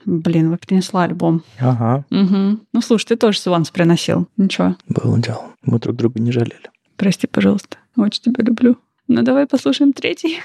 Блин, вы принесла альбом. Ага. Угу. Ну, слушай, ты тоже Сванс приносил. Ничего. Было дело. Мы друг друга не жалели. Прости, пожалуйста. Очень тебя люблю. Ну, давай послушаем третий.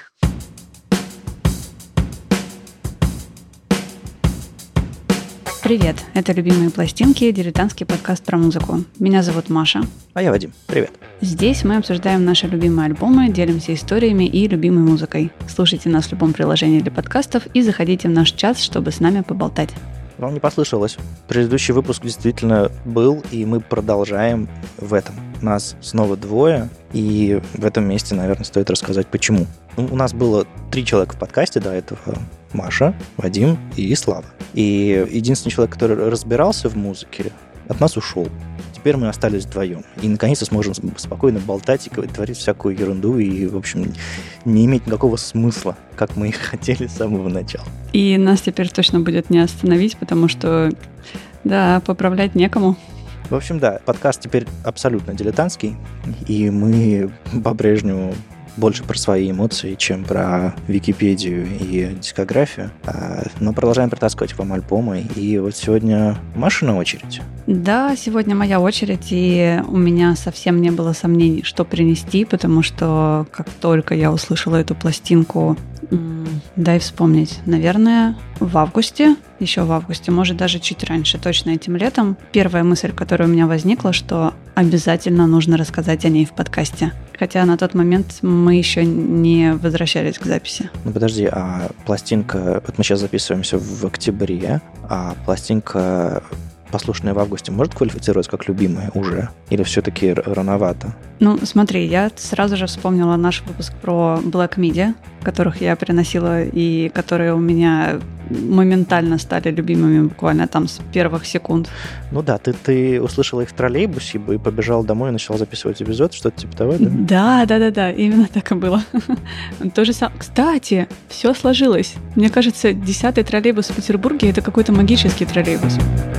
Привет, это «Любимые пластинки», дилетантский подкаст про музыку. Меня зовут Маша. А я Вадим. Привет. Здесь мы обсуждаем наши любимые альбомы, делимся историями и любимой музыкой. Слушайте нас в любом приложении для подкастов и заходите в наш чат, чтобы с нами поболтать. Вам не послышалось. Предыдущий выпуск действительно был, и мы продолжаем в этом. Нас снова двое, и в этом месте, наверное, стоит рассказать, почему. У нас было 3 человека в подкасте до этого. Маша, Вадим и Слава. И единственный человек, который разбирался в музыке, от нас ушел. Теперь мы остались вдвоем. И наконец-то сможем спокойно болтать и творить всякую ерунду и, в общем, не иметь никакого смысла, как мы и хотели с самого начала. И нас теперь точно будет не остановить, потому что, да, поправлять некому. В общем, да, подкаст теперь абсолютно дилетантский, и мы по-прежнему больше про свои эмоции, чем про Википедию и дискографию. Но продолжаем притаскивать вам альбомы. И вот сегодня Машина очередь. Да, сегодня моя очередь, и у меня совсем не было сомнений, что принести, потому что как только я услышала эту пластинку, дай вспомнить, наверное, в августе, еще в августе, может даже чуть раньше, точно этим летом, первая мысль, которая у меня возникла, что обязательно нужно рассказать о ней в подкасте. Хотя на тот момент мы еще не возвращались к записи. Ну подожди, а пластинка, вот мы сейчас записываемся в октябре, а пластинка, послушанная в августе, может квалифицироваться как любимая уже? Или все-таки рановато? Ну, смотри, я сразу же вспомнила наш выпуск про Black Midi, которых я приносила и которые у меня моментально стали любимыми буквально там с первых секунд. Ну да, ты услышала их в троллейбусе и побежала домой и начала записывать эпизод, что-то типа того, да? Да, именно так и было. То же самое. Кстати, все сложилось. Мне кажется, 10-й троллейбус в Петербурге — это какой-то магический троллейбус.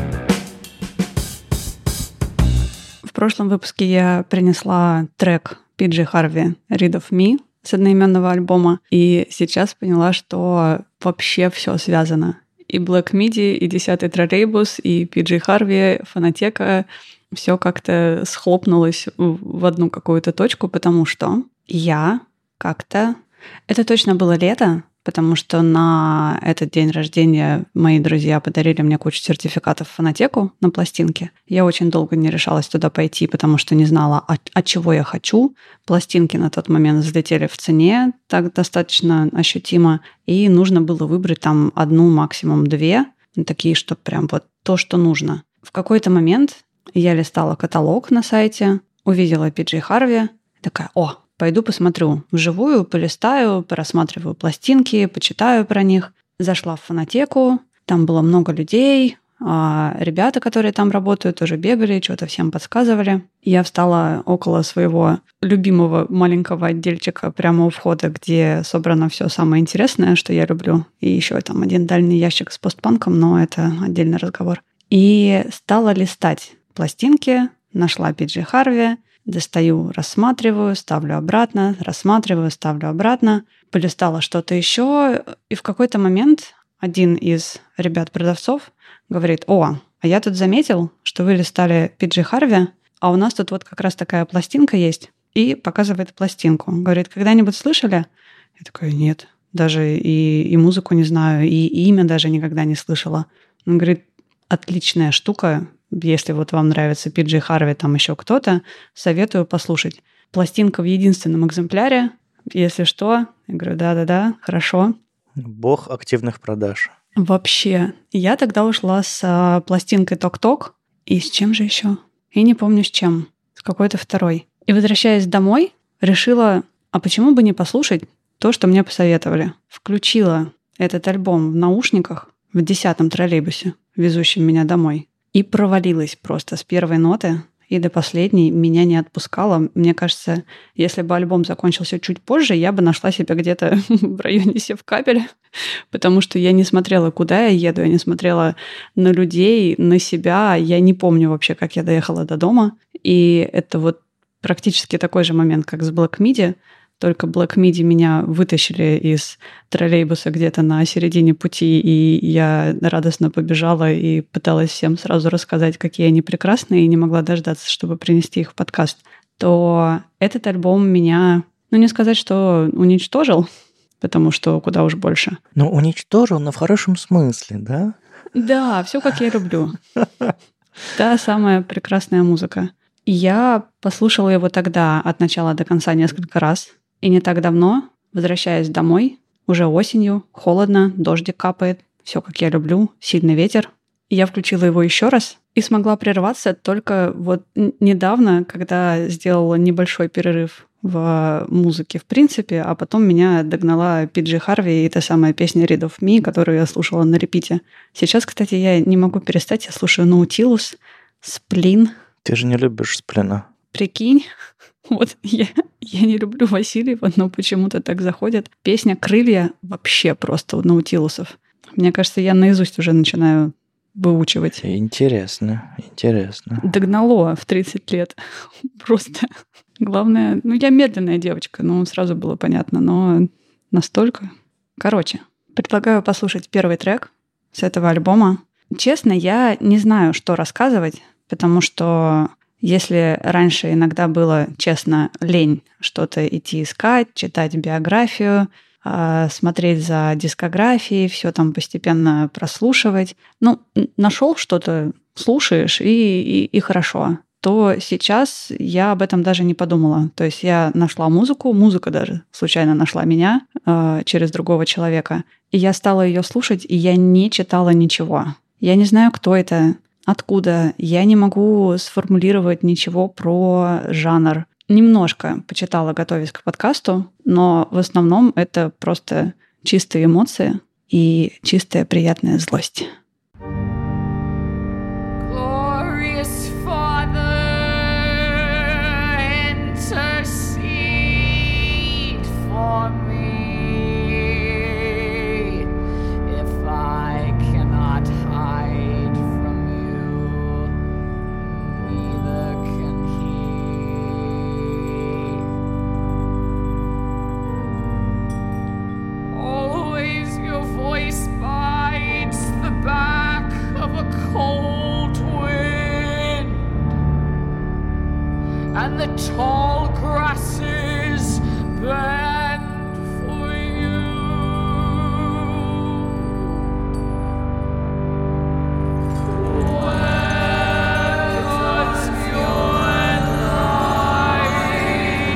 В прошлом выпуске я принесла трек PJ Harvey «Read of Me» с одноименного альбома, и сейчас поняла, что вообще все связано. И Black Midi, и 10-й троллейбус, и PJ Harvey, фонотека, все как-то схлопнулось в одну какую-то точку, потому что я как-то... Это точно было лето, потому что на этот день рождения мои друзья подарили мне кучу сертификатов в фонотеку на пластинки. Я очень долго не решалась туда пойти, потому что не знала, чего я хочу. Пластинки на тот момент взлетели в цене так достаточно ощутимо, и нужно было выбрать там 1, максимум 2, такие, что прям вот то, что нужно. В какой-то момент я листала каталог на сайте, увидела PJ Harvey, такая: о, пойду посмотрю вживую, полистаю, порассматриваю пластинки, почитаю про них. Зашла в фонотеку, там было много людей, ребята, которые там работают, тоже бегали, что-то всем подсказывали. Я встала около своего любимого маленького отдельчика прямо у входа, где собрано все самое интересное, что я люблю. И еще там один дальний ящик с постпанком, но это отдельный разговор. И стала листать пластинки, нашла PJ Harvey, достаю, рассматриваю, ставлю обратно, рассматриваю, ставлю обратно. Полистала что-то еще, и в какой-то момент один из ребят-продавцов говорит: о, а я тут заметил, что вы листали PJ Harvey, а у нас тут вот как раз такая пластинка есть, и показывает пластинку. Говорит: когда-нибудь слышали? Я такая: нет, даже и музыку не знаю, и имя даже никогда не слышала. Он говорит: отличная штука. Если вот вам нравится PJ Harvey, там еще кто-то, советую послушать. Пластинка в единственном экземпляре. Если что, я говорю: да, хорошо. Бог активных продаж. Вообще. Я тогда ушла с пластинкой «Ток-ток». И с чем же еще? И не помню с чем. С какой-то второй. И, возвращаясь домой, решила, а почему бы не послушать то, что мне посоветовали. Включила этот альбом в наушниках в 10-м троллейбусе, везущем меня домой. И провалилась просто с первой ноты, и до последней меня не отпускала. Мне кажется, если бы альбом закончился чуть позже, я бы нашла себя где-то в районе Севкабеля, потому что я не смотрела, куда я еду, я не смотрела на людей, на себя. Я не помню вообще, как я доехала до дома. И это вот практически такой же момент, как с Black Midi, только Black Midi меня вытащили из троллейбуса где-то на середине пути, и я радостно побежала и пыталась всем сразу рассказать, какие они прекрасные, и не могла дождаться, чтобы принести их в подкаст, то этот альбом меня, не сказать, что уничтожил, потому что куда уж больше. Уничтожил, но в хорошем смысле, да? Да, все как я люблю. Та самая прекрасная музыка. Я послушала его тогда от начала до конца несколько раз. И не так давно, возвращаясь домой, уже осенью, холодно, дождик капает, все как я люблю, сильный ветер. И я включила его еще раз и смогла прерваться только вот недавно, когда сделала небольшой перерыв в музыке в принципе, а потом меня догнала Пиджи Харви и та самая песня Read of Me, которую я слушала на репите. Сейчас, кстати, я не могу перестать, я слушаю Наутилус, Сплин. Ты же не любишь Сплина. Прикинь, вот я не люблю Васильева, но почему-то так заходит. Песня «Крылья» вообще просто у Наутилусов. Мне кажется, я наизусть уже начинаю выучивать. Интересно. Догнало в 30 лет. Просто. Главное, я медленная девочка, сразу было понятно, но настолько. Короче, предлагаю послушать первый трек с этого альбома. Честно, я не знаю, что рассказывать, потому что если раньше иногда было, честно, лень что-то идти искать, читать биографию, смотреть за дискографией, все там постепенно прослушивать, нашел что-то, слушаешь, и хорошо, то сейчас я об этом даже не подумала. То есть я нашла музыка даже случайно нашла меня через другого человека, и я стала ее слушать, и я не читала ничего. Я не знаю, кто это, откуда, я не могу сформулировать ничего про жанр. Немножко почитала, готовясь к подкасту, но в основном это просто чистые эмоции и чистая приятная злость. And the tall grasses bend for you. Where does your light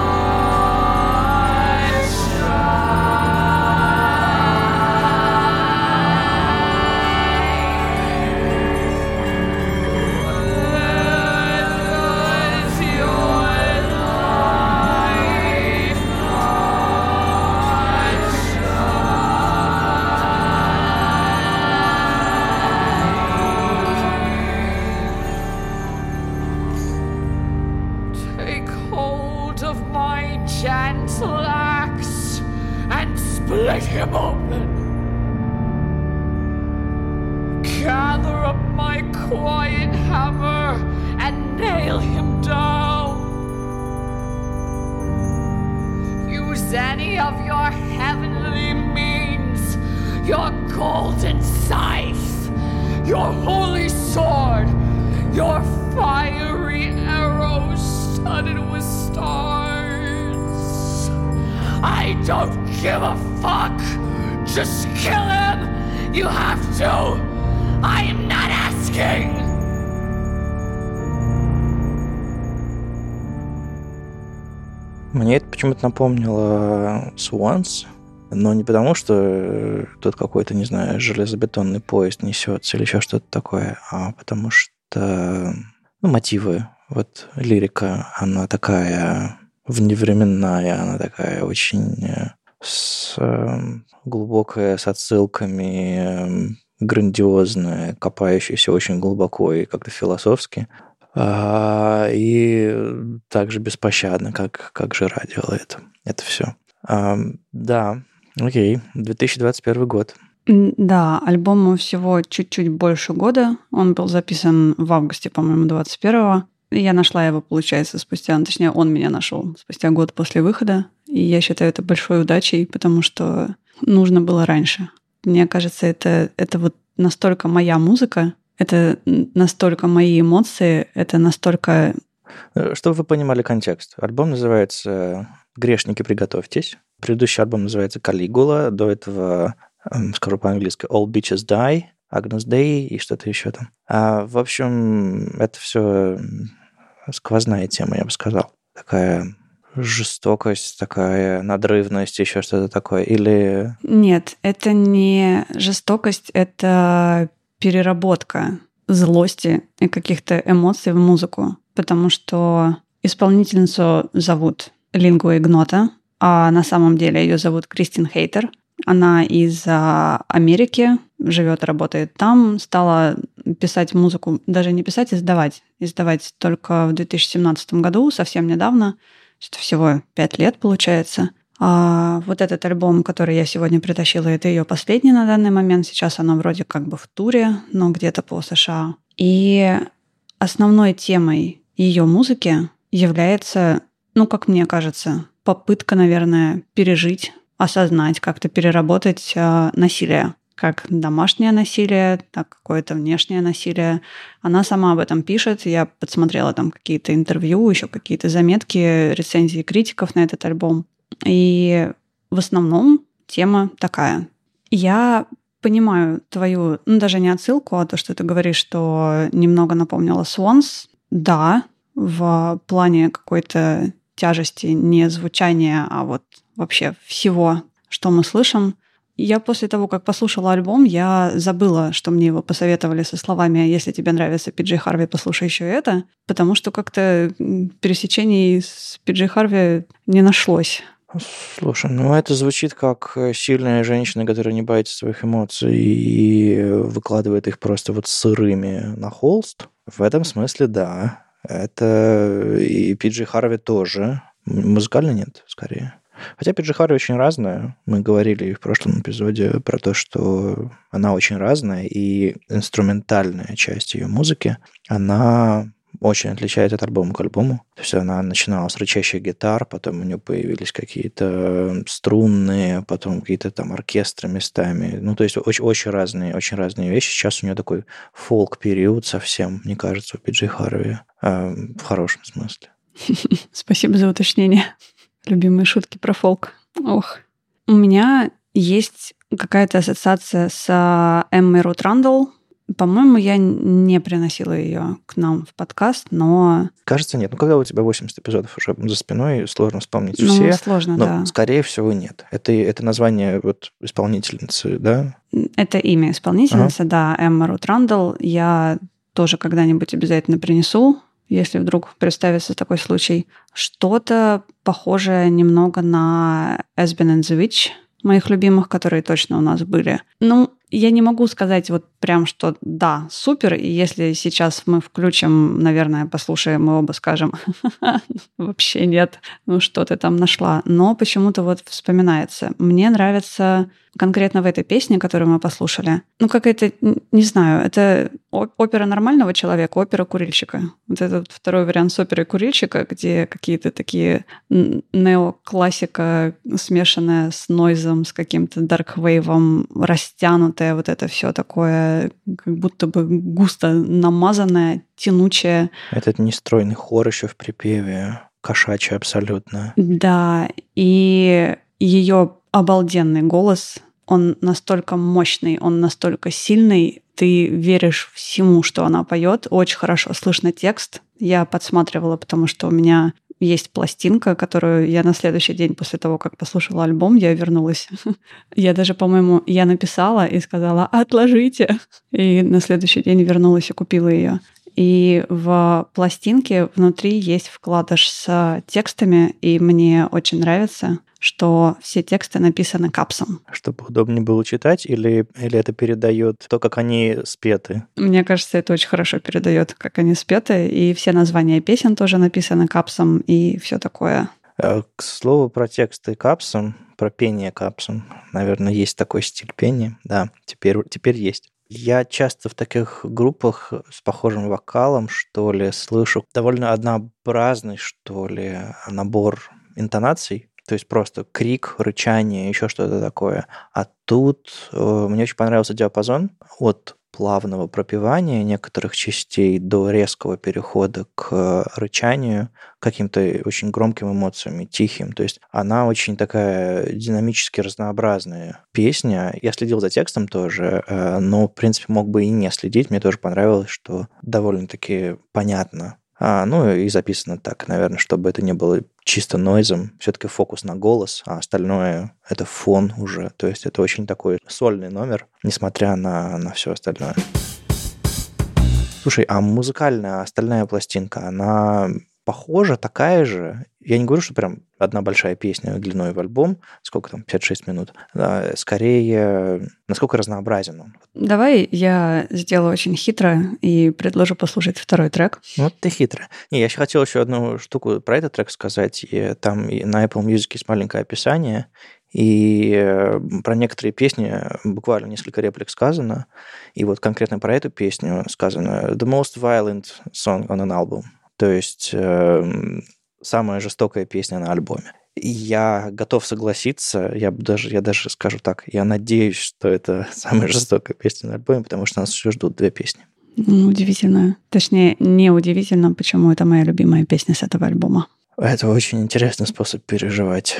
gentle axe and split him open. Gather up my quiet hammer and nail him down. Use any of your heavenly means, your golden scythe, your holy sword, your fiery arrows studded with stars. I don't give a fuck. Just kill him. You have to. I am not asking. Мне это почему-то напомнило Swans, но не потому, что тут какой-то, не знаю, железобетонный поезд несется или еще что-то такое, а потому что мотивы, вот лирика, она такая вневременная, она такая очень глубокая, с отсылками, грандиозная, копающаяся очень глубоко и как-то философски. И также беспощадно, как Жира делала это все. Да, окей, 2021 год. Да, альбому всего чуть-чуть больше года. Он был записан в августе, по-моему, 21-го. Я нашла его, получается, точнее, он меня нашел спустя год после выхода. И я считаю это большой удачей, потому что нужно было раньше. Мне кажется, это вот настолько моя музыка, это настолько мои эмоции, это настолько... Чтобы вы понимали контекст. Альбом называется «Грешники, приготовьтесь». Предыдущий альбом называется «Калигула». До этого, скажу по-английски, «All Bitches Die», «Agnus Dei» и что-то еще там. В общем, это все сквозная тема, я бы сказал. Такая жестокость, такая надрывность, еще что-то такое. Или... Нет, это не жестокость, это переработка злости и каких-то эмоций в музыку. Потому что исполнительницу зовут Лингва Игнота, а на самом деле ее зовут Кристин Хейтер. Она из Америки, живет, работает там, стала писать музыку, даже не писать, издавать. Издавать только в 2017 году, совсем недавно, что всего 5 лет получается. А вот этот альбом, который я сегодня притащила, это ее последний на данный момент. Сейчас она вроде как бы в туре, но где-то по США. И основной темой ее музыки является, как мне кажется, попытка, наверное, пережить, осознать, как-то переработать насилие. Как домашнее насилие, так какое-то внешнее насилие. Она сама об этом пишет. Я подсмотрела там какие-то интервью, еще какие-то заметки, рецензии критиков на этот альбом. И в основном тема такая. Я понимаю твою, даже не отсылку, а то, что ты говоришь, что немного напомнила Swans. Да, в плане какой-то тяжести не звучания, а вот вообще всего, что мы слышим. Я после того, как послушала альбом, я забыла, что мне его посоветовали со словами «Если тебе нравится Пи Джей Харви, послушай еще это», потому что как-то пересечений с Пи Джей Харви не нашлось. Слушай, это звучит как сильная женщина, которая не боится своих эмоций и выкладывает их просто вот сырыми на холст. В этом смысле, да. Это и Пи Джей Харви тоже. Музыкально нет, скорее. Хотя Пи Джей Харви очень разная. Мы говорили в прошлом эпизоде про то, что она очень разная, и инструментальная часть ее музыки, она очень отличается от альбома к альбому. То есть она начинала с рычащих гитар, потом у нее появились какие-то струнные, потом какие-то там оркестры местами. То есть очень разные вещи. Сейчас у нее такой фолк-период совсем, мне кажется, у Пи Джей Харви. В хорошем смысле. Спасибо за уточнение. Любимые шутки про фолк. Ох. У меня есть какая-то ассоциация с Эммой Рут Рандл. По-моему, я не приносила ее к нам в подкаст, но... Кажется, нет. Когда у тебя 80 эпизодов уже за спиной, сложно вспомнить все. Сложно, но, да. Скорее всего, нет. Это название исполнительницы, да? Это имя исполнительницы, да, Эмма Рут Рандл. Я тоже когда-нибудь обязательно принесу, если вдруг представится такой случай. Что-то похожее немного на Esben and the Witch, моих любимых, которые точно у нас были. Я не могу сказать вот прям, что да, супер, и если сейчас мы включим, наверное, послушаем, мы оба скажем, вообще нет, что ты там нашла. Но почему-то вот вспоминается. Мне нравится конкретно в этой песне, которую мы послушали, какая-то, не знаю, это опера нормального человека, опера курильщика. Вот этот второй вариант с оперой курильщика, где какие-то такие неоклассика, смешанная с нойзом, с каким-то дарквейвом, растянутая, вот это все такое, как будто бы густо намазанное, тянучее. Этот нестройный хор еще в припеве, кошачий абсолютно. Да, и ее обалденный голос, он настолько мощный, он настолько сильный, ты веришь всему, что она поет. Очень хорошо слышно текст. Я подсматривала, потому что у меня есть пластинка, которую я на следующий день после того, как послушала альбом, я вернулась. Я даже, по-моему, я написала и сказала «отложите». И на следующий день вернулась и купила ее. И в пластинке внутри есть вкладыш с текстами, и мне очень нравится, что все тексты написаны капсом. Чтобы удобнее было читать, или это передает то, как они спеты? Мне кажется, это очень хорошо передает, как они спеты, и все названия песен тоже написаны капсом, и все такое. К слову про тексты капсом, про пение капсом, наверное, есть такой стиль пения. Да, теперь есть. Я часто в таких группах с похожим вокалом, что ли, слышу довольно однообразный, что ли, набор интонаций. То есть просто крик, рычание, еще что-то такое. А тут мне очень понравился диапазон от плавного пропевания некоторых частей до резкого перехода к рычанию, каким-то очень громким эмоциям, тихим. То есть она очень такая динамически разнообразная песня. Я следил за текстом тоже, но, в принципе, мог бы и не следить. Мне тоже понравилось, что довольно-таки понятно. Ну и записано так, наверное, чтобы это не было чисто нойзом. Все-таки фокус на голос, а остальное — это фон уже. То есть это очень такой сольный номер, несмотря на все остальное. Слушай, а музыкальная остальная пластинка, она похожа, такая же? Я не говорю, что прям одна большая песня длиной в альбом, сколько там, 5-6 минут. Скорее, насколько разнообразен он. Давай я сделаю очень хитро и предложу послушать второй трек. Вот ты хитрая. Не, я хотел еще одну штуку про этот трек сказать. И там на Apple Music есть маленькое описание, и про некоторые песни буквально несколько реплик сказано. И вот конкретно про эту песню сказано «The most violent song on an album». То есть самая жестокая песня на альбоме. Я готов согласиться, я даже скажу так, я надеюсь, что это самая жестокая песня на альбоме, потому что нас еще ждут 2 песни. Удивительно. Точнее, неудивительно, почему это моя любимая песня с этого альбома. Это очень интересный способ переживать.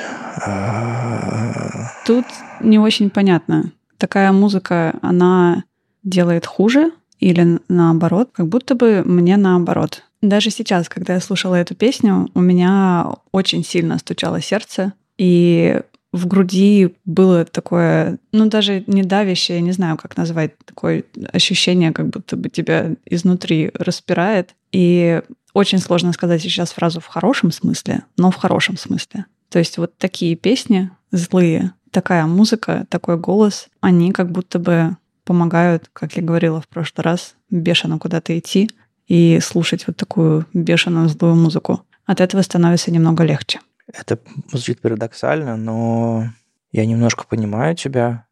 Тут не очень понятно. Такая музыка, она делает хуже или наоборот? Как будто бы мне наоборот. Даже сейчас, когда я слушала эту песню, у меня очень сильно стучало сердце, и в груди было такое, даже не давящее, не знаю, как назвать, такое ощущение, как будто бы тебя изнутри распирает. И очень сложно сказать сейчас фразу в хорошем смысле, но в хорошем смысле. То есть вот такие песни злые, такая музыка, такой голос, они как будто бы помогают, как я говорила в прошлый раз, бешено куда-то идти и слушать вот такую бешеную злую музыку. От этого становится немного легче. Это звучит парадоксально, но я немножко понимаю тебя.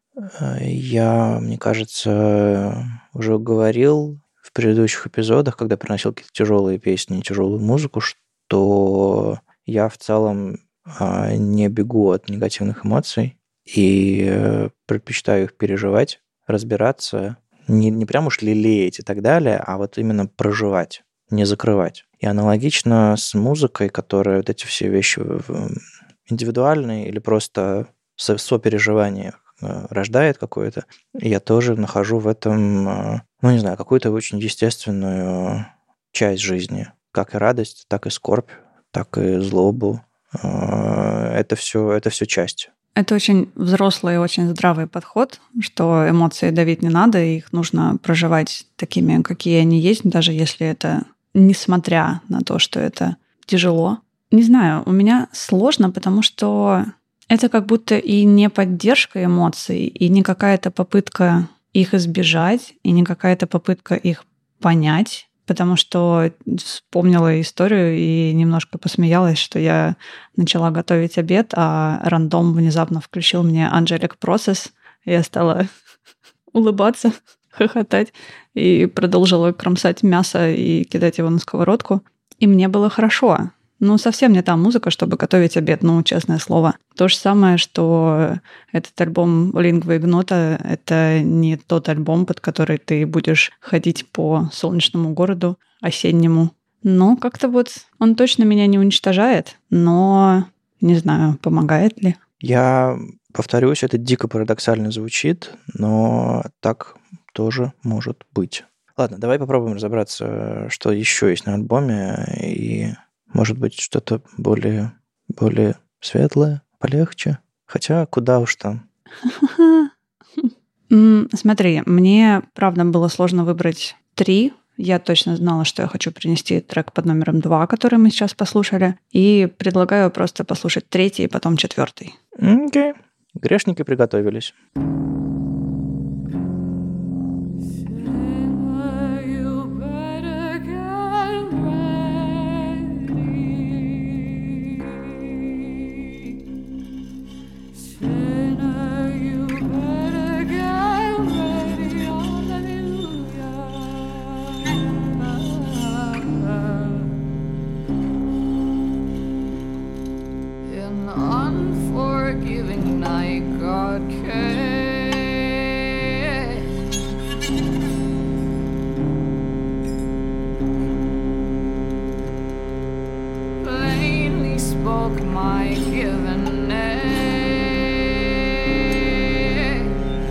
Я, мне кажется, уже говорил в предыдущих эпизодах, когда приносил какие-то тяжелые песни, тяжелую музыку, что я в целом не бегу от негативных эмоций и предпочитаю их переживать, разбираться, не прям уж лелеять и так далее, а вот именно проживать, не закрывать. И аналогично с музыкой, которая вот эти все вещи индивидуальные или просто сопереживание рождает какое-то, я тоже нахожу в этом, какую-то очень естественную часть жизни. Как и радость, так и скорбь, так и злобу. Это все часть. Это очень взрослый и очень здравый подход, что эмоции давить не надо, их нужно проживать такими, какие они есть, даже если это несмотря на то, что это тяжело. Не знаю, у меня сложно, потому что это как будто и не поддержка эмоций, и не какая-то попытка их избежать, и не какая-то попытка их понять, потому что вспомнила историю и немножко посмеялась, что я начала готовить обед, а рандом внезапно включил мне Angelic Process, и я стала улыбаться, хохотать, и продолжила кромсать мясо и кидать его на сковородку. И мне было хорошо. Совсем не та музыка, чтобы готовить обед, честное слово. То же самое, что этот альбом Lingua Ignota — это не тот альбом, под который ты будешь ходить по солнечному городу осеннему. Как-то вот он точно меня не уничтожает, но не знаю, помогает ли. Я повторюсь, это дико парадоксально звучит, но так тоже может быть. Ладно, давай попробуем разобраться, что еще есть на альбоме, и, может быть, что-то более светлое, полегче. Хотя куда уж там. Смотри, мне, правда, было сложно выбрать 3. Я точно знала, что я хочу принести трек под номером 2, который мы сейчас послушали. И предлагаю просто послушать 3 и потом 4. Окей. Грешники приготовились. given name.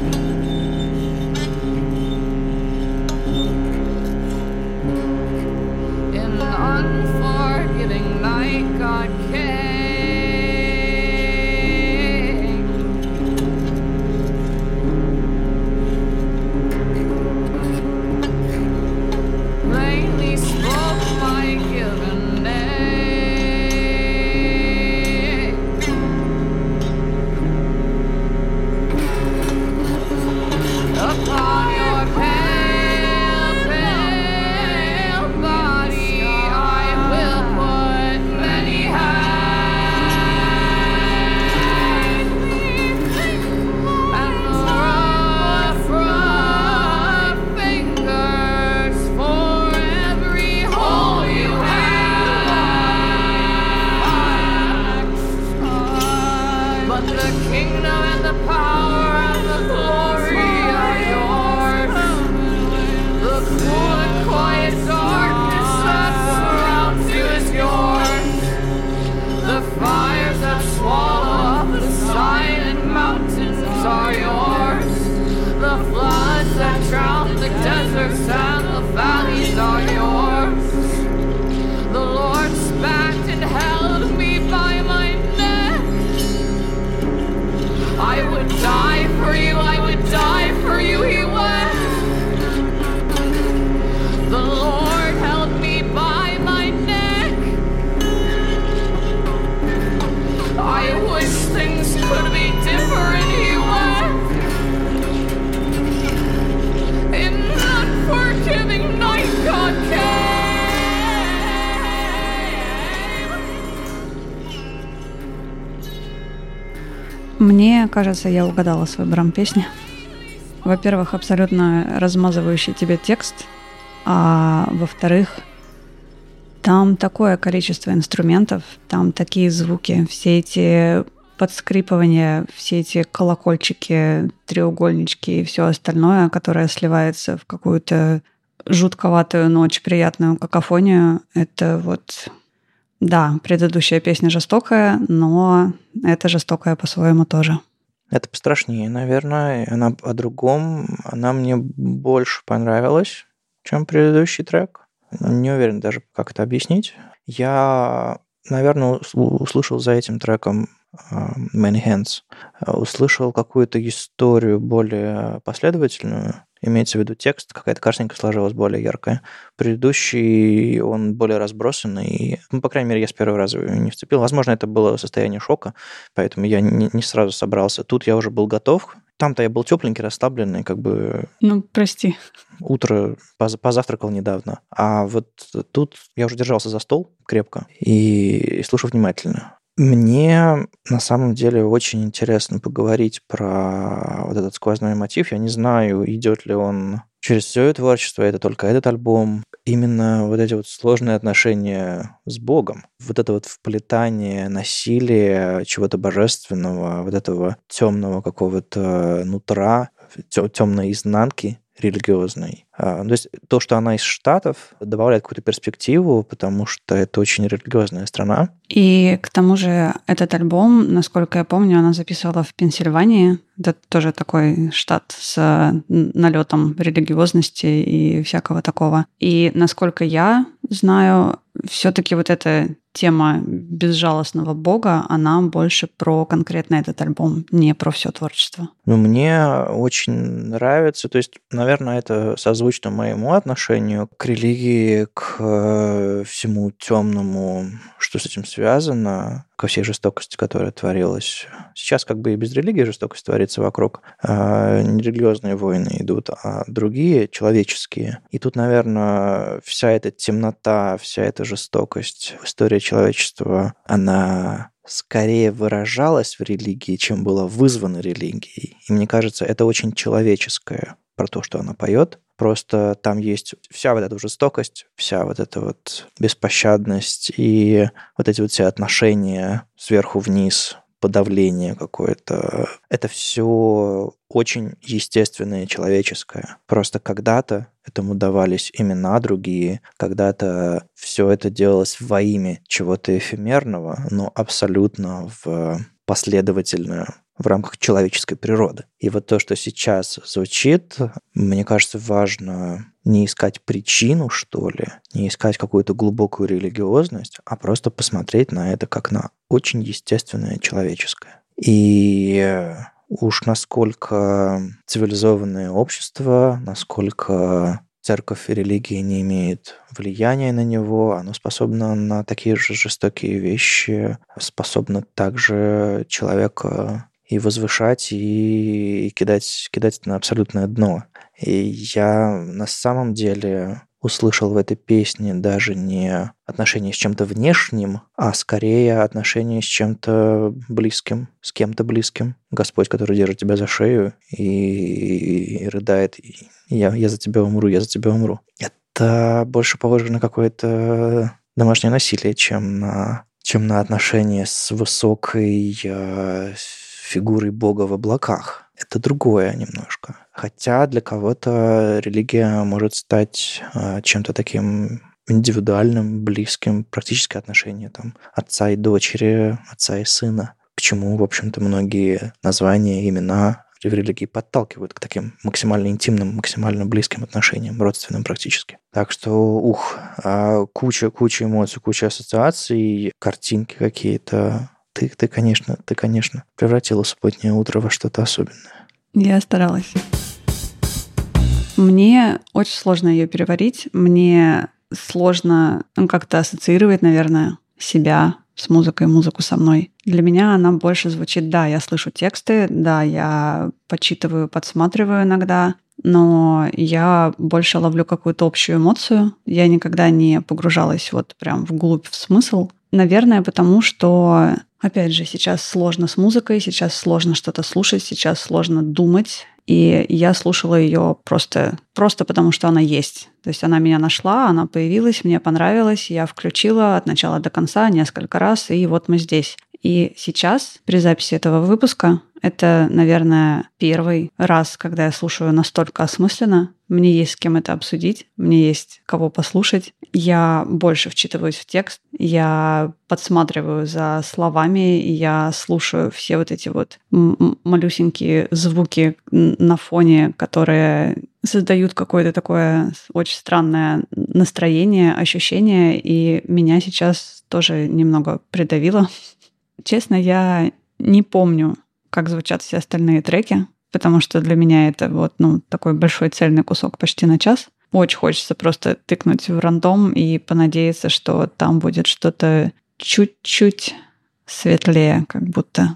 In the unforgiving night, God came. Plainly spoke my given name. Upon your pale, pale body, I will put many hands, and rough fingers for every hole you have. But the kingdom and the power and the glory are yours. The cool and quiet darkness that surrounds you is yours. The fires that swallow up the silent mountains are yours. The floods that drown the deserts and the valleys are yours. The Lord spat and held me by my neck. I would die for you, I would die for you, he wept. The Lord held me by my neck. I wish things could be different, he wept. In that forgiving night, God came. Мне кажется, я угадала свой брам песни. Во-первых, абсолютно размазывающий тебе текст, а во-вторых, там такое количество инструментов, там такие звуки, все эти подскрипывания, все эти колокольчики, треугольнички и все остальное, которое сливается в какую-то жутковатую, но очень приятную какофонию. Это вот... Да, предыдущая песня жестокая, но эта жестокая по-своему тоже. Это пострашнее, наверное. Она о другом. Она мне больше понравилась, чем предыдущий трек. Не уверен даже, как это объяснить. Я, наверное, услышал за этим треком Many Hands, услышал какую-то историю более последовательную. Имеется в виду текст, какая-то картинка сложилась более яркая. Предыдущий, он более разбросанный. Ну, по крайней мере, я с первого раза не вцепил. Возможно, это было состояние шока, поэтому я не сразу собрался. Тут я уже был готов. Там-то я был тепленький, расслабленный, как бы... Ну, прости. Утро позавтракал недавно. А вот тут я уже держался за стол крепко и слушал внимательно. Мне на самом деле очень интересно поговорить про вот этот сквозной мотив. Я не знаю, идет ли он через все творчество, это только этот альбом. Именно вот эти вот сложные отношения с Богом, вот это вот вплетание насилия, чего-то божественного, вот этого темного какого-то нутра, темной изнанки религиозной. То есть то, что она из Штатов, добавляет какую-то перспективу, потому что это очень религиозная страна. И к тому же этот альбом, насколько я помню, она записывала в Пенсильвании. Это тоже такой штат с налетом религиозности и всякого такого. И насколько я знаю, все-таки вот эта тема безжалостного Бога, она больше про конкретно этот альбом, не про все творчество. Ну, мне очень нравится. То есть, наверное, это созвучно моему отношению к религии, к всему темному, что с этим связано, ко всей жестокости, которая творилась. Сейчас как бы и без религии жестокость творится вокруг. Не религиозные войны идут, а другие, человеческие. И тут, наверное, вся эта темнота, вся эта жестокость в истории человечества, она скорее выражалась в религии, чем была вызвана религией. И мне кажется, это очень человеческое про то, что она поет. Просто там есть вся вот эта жестокость, вся вот эта вот беспощадность и вот эти вот все отношения сверху вниз, подавление какое-то. Это все очень естественное, человеческое. Просто когда-то этому давались имена другие, когда-то все это делалось во имя чего-то эфемерного, но абсолютно последовательно в рамках человеческой природы. И вот то, что сейчас звучит, мне кажется, важно не искать причину, что ли, не искать какую-то глубокую религиозность, а просто посмотреть на это как на очень естественное человеческое. И уж насколько цивилизованное общество, насколько церковь и религия не имеют влияния на него, оно способно на такие же жестокие вещи, способно также человека и возвышать, и кидать на абсолютное дно. И я на самом деле услышал в этой песне даже не отношение с чем-то внешним, а скорее отношение с чем-то близким, с кем-то близким. Господь, который держит тебя за шею и рыдает: «Я за тебя умру, я за тебя умру». Это больше похоже на какое-то домашнее насилие, чем на отношения с высокой фигурой Бога в облаках. Это другое немножко. Хотя для кого-то религия может стать чем-то таким индивидуальным, близким, практически отношения там отца и дочери, отца и сына. К чему, в общем-то, многие названия, имена в религии подталкивают к таким максимально интимным, максимально близким отношениям, родственным практически. Так что, куча эмоций, куча ассоциаций, картинки какие-то. Ты, конечно, превратила субботнее утро во что-то особенное. Я старалась. Мне очень сложно ее переварить. Мне сложно как-то ассоциировать, наверное, себя с музыкой, музыку со мной. Для меня она больше звучит: да, я слышу тексты, да, я подсчитываю, подсматриваю иногда, но я больше ловлю какую-то общую эмоцию. Я никогда не погружалась вот прям вглубь в смысл. Наверное, потому что, опять же, сейчас сложно с музыкой, сейчас сложно что-то слушать, сейчас сложно думать. И я слушала ее просто потому, что она есть. То есть она меня нашла, она появилась, мне понравилась, я включила от начала до конца несколько раз, и вот мы здесь. И сейчас, при записи этого выпуска, это, наверное, первый раз, когда я слушаю настолько осмысленно. Мне есть с кем это обсудить, мне есть кого послушать. Я больше вчитываюсь в текст, я подсматриваю за словами, я слушаю все вот эти вот малюсенькие звуки на фоне, которые создают какое-то такое очень странное настроение, ощущение, и меня сейчас тоже немного придавило. Честно, я не помню, как звучат все остальные треки, потому что для меня это вот, такой большой цельный кусок почти на час. Очень хочется просто тыкнуть в рандом и понадеяться, что там будет что-то чуть-чуть светлее, как будто.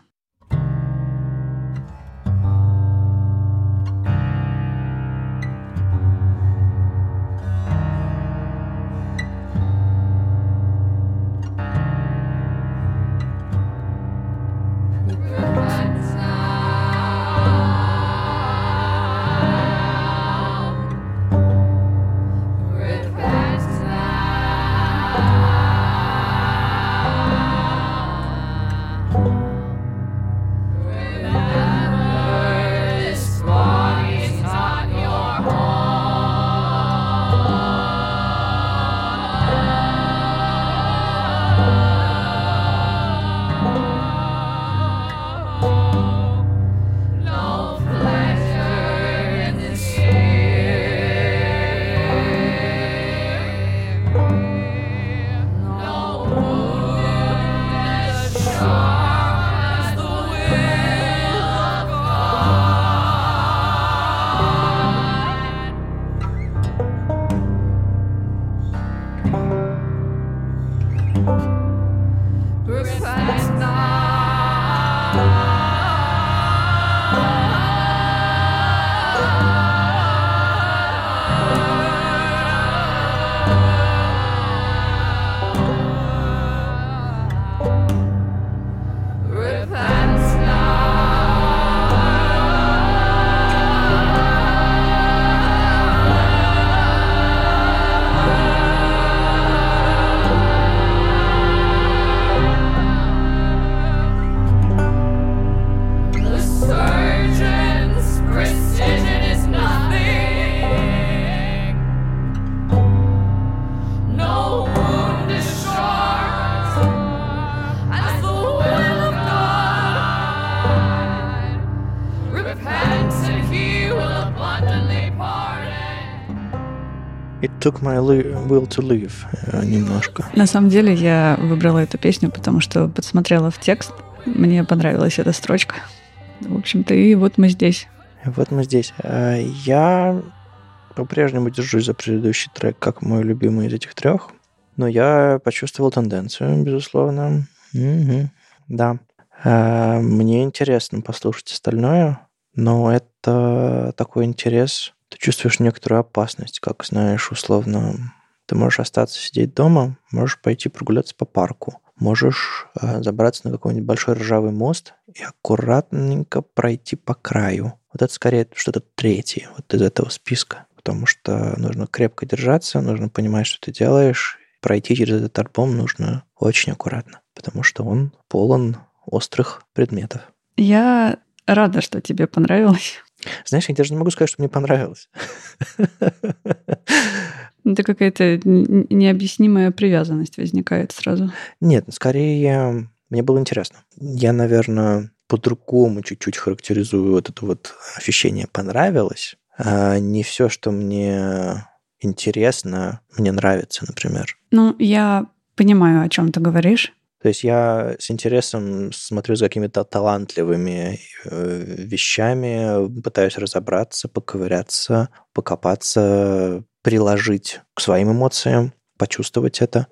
It took my will to live немножко. На самом деле я выбрала эту песню, потому что подсмотрела в текст. Мне понравилась эта строчка. В общем-то, и вот мы здесь. Вот мы здесь. Я по-прежнему держусь за предыдущий трек как мой любимый из этих трех, но я почувствовал тенденцию, безусловно. Да. Мне интересно послушать остальное, но это такой интерес. Ты чувствуешь некоторую опасность, как, знаешь, условно, ты можешь остаться сидеть дома, можешь пойти прогуляться по парку, можешь забраться на какой-нибудь большой ржавый мост и аккуратненько пройти по краю. Вот это скорее что-то третье вот из этого списка, потому что нужно крепко держаться, нужно понимать, что ты делаешь. Пройти через этот альбом нужно очень аккуратно, потому что он полон острых предметов. Я рада, что тебе понравилось. Знаешь, я даже не могу сказать, что мне понравилось. Это какая-то необъяснимая привязанность возникает сразу. Нет, скорее, мне было интересно. Я, наверное, по-другому чуть-чуть характеризую вот это вот ощущение «понравилось». Не все, что мне интересно, мне нравится, например. Ну, я понимаю, о чем ты говоришь. То есть я с интересом смотрю за какими-то талантливыми вещами, пытаюсь разобраться, поковыряться, покопаться, приложить к своим эмоциям, почувствовать это.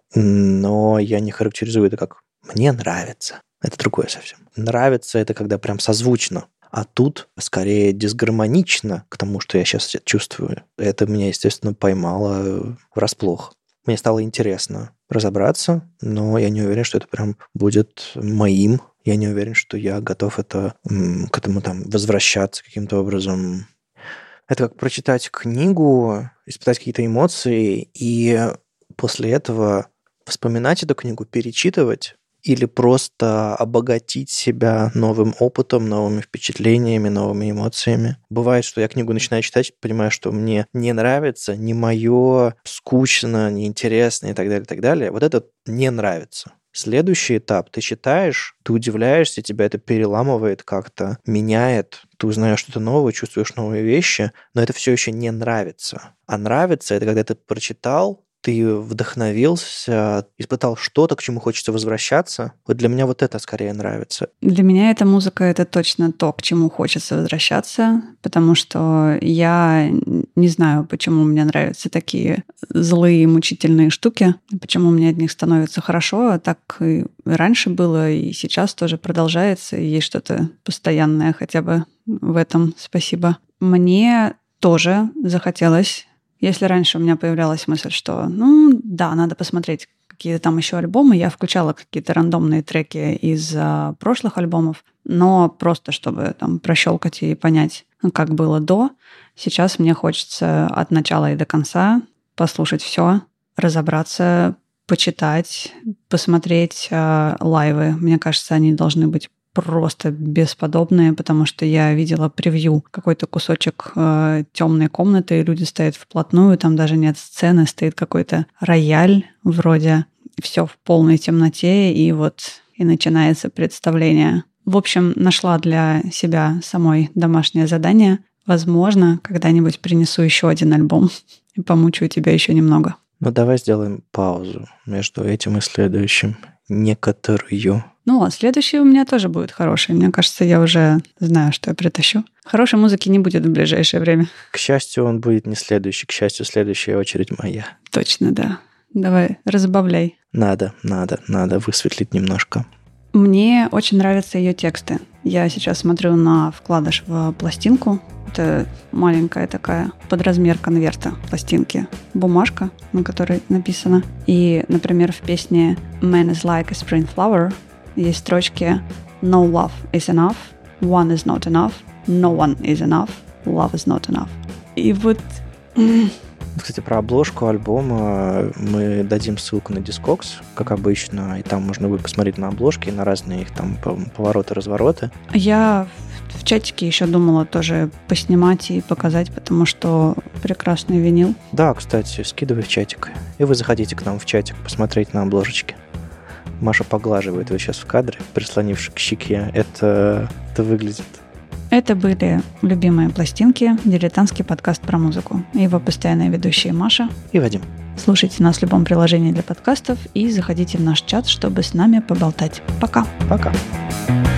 Но я не характеризую это как «мне нравится». Это другое совсем. Нравится — это когда прям созвучно. А тут скорее дисгармонично к тому, что я сейчас чувствую. Это меня, естественно, поймало врасплох. Мне стало интересно разобраться, но я не уверен, что это прям будет моим. Я не уверен, что я готов к этому там возвращаться каким-то образом. Это как прочитать книгу, испытать какие-то эмоции, и после этого вспоминать эту книгу, перечитывать или просто обогатить себя новым опытом, новыми впечатлениями, новыми эмоциями. Бывает, что я книгу начинаю читать, понимаю, что мне не нравится, не мое, скучно, неинтересно и так далее, и так далее. Вот это не нравится. Следующий этап. Ты читаешь, ты удивляешься, тебя это переламывает как-то, меняет, ты узнаешь что-то новое, чувствуешь новые вещи, но это все еще не нравится. А нравится — это когда ты прочитал, ты вдохновился, испытал что-то, к чему хочется возвращаться. Вот для меня вот это скорее нравится. Для меня эта музыка — это точно то, к чему хочется возвращаться, потому что я не знаю, почему мне нравятся такие злые, мучительные штуки, почему мне от них становится хорошо. Так и раньше было, и сейчас тоже продолжается, и есть что-то постоянное хотя бы в этом. Спасибо. Мне тоже захотелось. Если раньше у меня появлялась мысль, что, да, надо посмотреть какие-то там еще альбомы, я включала какие-то рандомные треки из прошлых альбомов, но просто чтобы там прощелкать и понять, как было до. Сейчас мне хочется от начала и до конца послушать все, разобраться, почитать, посмотреть лайвы. Мне кажется, они должны быть просто бесподобные, потому что я видела превью, какой-то кусочек темной комнаты, и люди стоят вплотную, там даже нет сцены, стоит какой-то рояль вроде, все в полной темноте, и вот и начинается представление. В общем, нашла для себя самой домашнее задание. Возможно, когда-нибудь принесу еще один альбом и помучаю тебя еще немного. Ну, давай сделаем паузу между этим и следующим. Некоторую. А следующий у меня тоже будет хороший. Мне кажется, я уже знаю, что я притащу. Хорошей музыки не будет в ближайшее время. К счастью, он будет не следующий. К счастью, следующая очередь моя. Точно, да. Давай, разбавляй. Надо высветлить немножко. Мне очень нравятся ее тексты. Я сейчас смотрю на вкладыш в пластинку. Это маленькая такая подразмер конверта пластинки. Бумажка, на которой написано. И, например, в песне «Man is like a spring flower» есть строчки «No love is enough», «One is not enough», «No one is enough», «Love is not enough». И вот... Кстати, про обложку альбома мы дадим ссылку на Discogs, как обычно, и там можно будет посмотреть на обложки, на разные их там повороты-развороты. Я в чатике еще думала тоже поснимать и показать, потому что прекрасный винил. Да, кстати, скидывай в чатик. И вы заходите к нам в чатик посмотреть на обложечки. Маша поглаживает его сейчас в кадре, прислонившись к щеке. Это выглядит Это были «Любимые пластинки», дилетантский подкаст про музыку. Его постоянные ведущие Маша и Вадим. Слушайте нас в любом приложении для подкастов и заходите в наш чат, чтобы с нами поболтать. Пока. Пока.